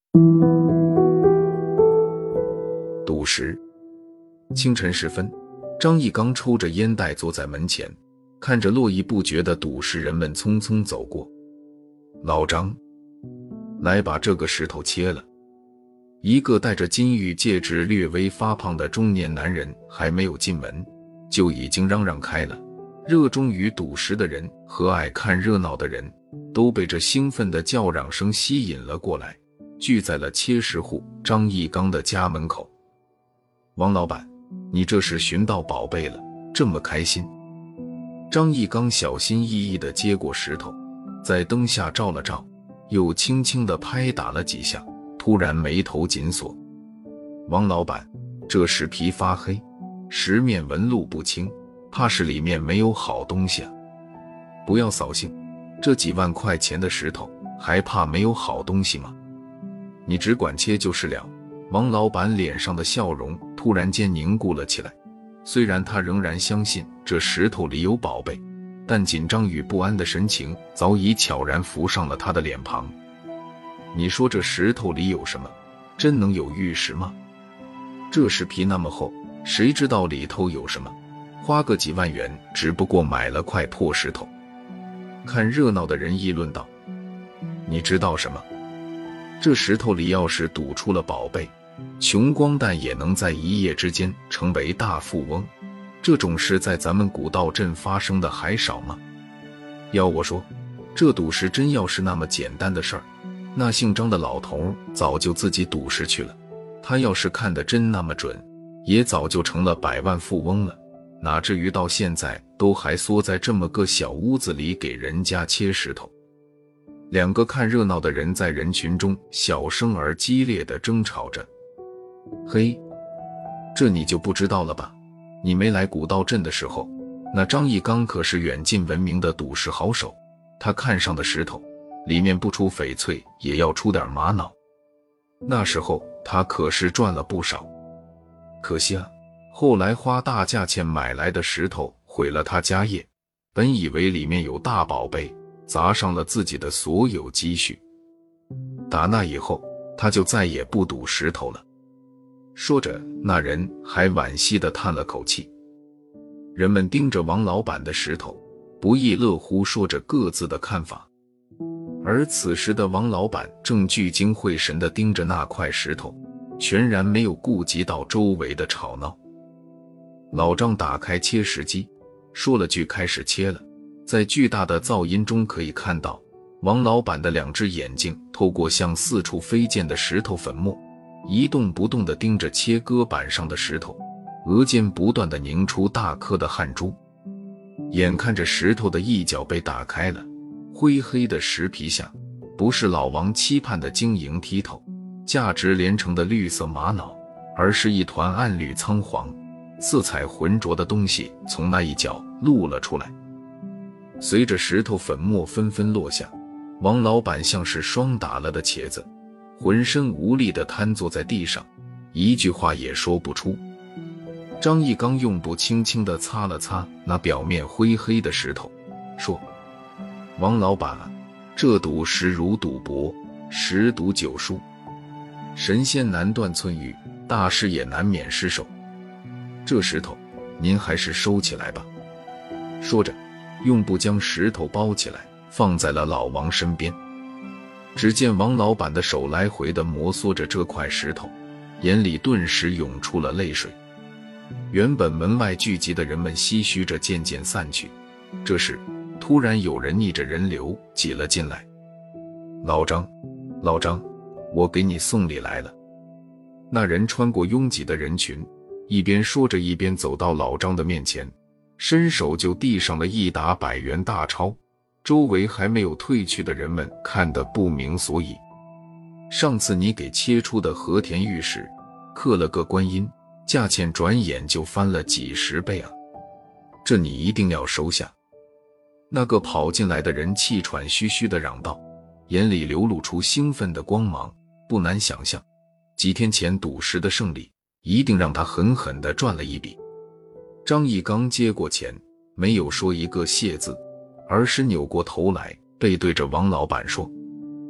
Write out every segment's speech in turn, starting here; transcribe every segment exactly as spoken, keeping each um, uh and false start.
赌石。清晨时分，张义刚抽着烟袋坐在门前，看着络绎不绝的赌石人们匆匆走过。老张，来把这个石头切了。一个戴着金玉戒指略微发胖的中年男人还没有进门，就已经嚷嚷开了。热衷于赌石的人和爱看热闹的人都被这兴奋的叫嚷声吸引了过来，聚在了切石户张义刚的家门口。王老板，你这是寻到宝贝了，这么开心？张义刚小心翼翼地接过石头，在灯下照了照，又轻轻地拍打了几下，突然眉头紧锁。王老板，这石皮发黑，石面纹路不清，怕是里面没有好东西啊。不要扫兴，这几万块钱的石头还怕没有好东西吗？你只管切就是了。王老板脸上的笑容突然间凝固了起来，虽然他仍然相信这石头里有宝贝，但紧张与不安的神情早已悄然浮上了他的脸庞。你说这石头里有什么？真能有玉石吗？这石皮那么厚，谁知道里头有什么？花个几万元只不过买了块破石头。看热闹的人议论道，你知道什么？这石头里要是赌出了宝贝，穷光蛋也能在一夜之间成为大富翁，这种事在咱们古道镇发生的还少吗？要我说，这赌石真要是那么简单的事儿，那姓张的老头早就自己赌石去了。他要是看得真那么准，也早就成了百万富翁了，哪至于到现在都还缩在这么个小屋子里给人家切石头。两个看热闹的人在人群中小声而激烈地争吵着。嘿，这你就不知道了吧？你没来古道镇的时候，那张义刚可是远近闻名的赌石好手，他看上的石头里面不出翡翠也要出点玛瑙，那时候他可是赚了不少。可惜啊，后来花大价钱买来的石头毁了他家业，本以为里面有大宝贝，砸上了自己的所有积蓄。打那以后，他就再也不赌石头了。说着，那人还惋惜地叹了口气。人们盯着王老板的石头，不亦乐乎说着各自的看法。而此时的王老板正聚精会神地盯着那块石头，全然没有顾及到周围的吵闹。老张打开切石机，说了句开始切了。在巨大的噪音中可以看到，王老板的两只眼睛透过向四处飞溅的石头粉末，一动不动地盯着切割板上的石头，额间不断地凝出大颗的汗珠。眼看着石头的一角被打开了，灰黑的石皮下不是老王期盼的晶莹剔透、价值连城的绿色玛瑙，而是一团暗绿苍黄、色彩浑浊的东西从那一角露了出来。随着石头粉末纷纷落下，王老板像是霜打了的茄子，浑身无力地瘫坐在地上，一句话也说不出。张义刚用布轻轻地擦了擦那表面灰黑的石头，说，王老板，这赌石如赌博，十赌九输，神仙难断寸玉，大师也难免失手，这石头您还是收起来吧。说着，用布将石头包起来，放在了老王身边。只见王老板的手来回地摩挲着这块石头，眼里顿时涌出了泪水。原本门外聚集的人们唏嘘着渐渐散去，这时突然有人逆着人流挤了进来。老张，老张，我给你送礼来了。那人穿过拥挤的人群，一边说着一边走到老张的面前，伸手就递上了一沓百元大钞。周围还没有退去的人们看得不明所以。上次你给切出的和田玉石刻了个观音，价钱转眼就翻了几十倍啊，这你一定要收下。那个跑进来的人气喘吁吁地嚷道，眼里流露出兴奋的光芒。不难想象，几天前赌石的胜利一定让他狠狠地赚了一笔。张义刚接过钱，没有说一个谢字，而是扭过头来背对着王老板说，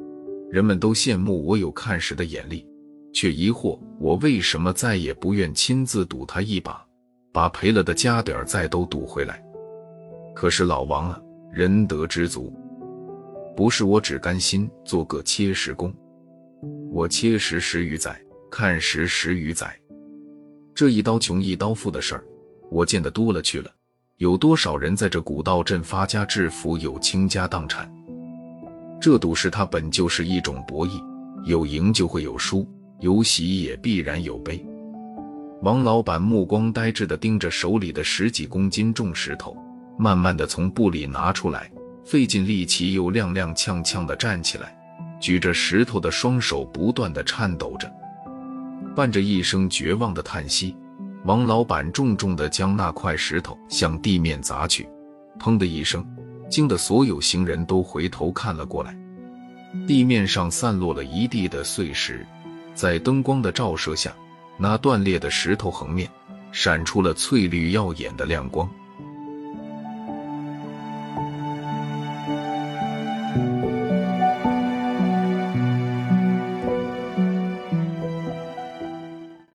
人们都羡慕我有看时的眼力，却疑惑我为什么再也不愿亲自赌他一把，把赔了的家底儿再都赌回来。可是老王啊，仁德知足，不是我只甘心做个切实工，我切实十余载，看时十余载。这一刀穷一刀富的事儿，我见得多了去了。有多少人在这古道镇发家致富，有倾家荡产？这赌石它本就是一种博弈，有赢就会有输，有喜也必然有悲。王老板目光呆滞地盯着手里的十几公斤重石头，慢慢地从布里拿出来，费尽力气又踉踉跄跄地站起来，举着石头的双手不断地颤抖着，伴着一声绝望的叹息，王老板重重地将那块石头向地面砸去，砰的一声，惊得所有行人都回头看了过来。地面上散落了一地的碎石，在灯光的照射下，那断裂的石头横面闪出了翠绿耀眼的亮光。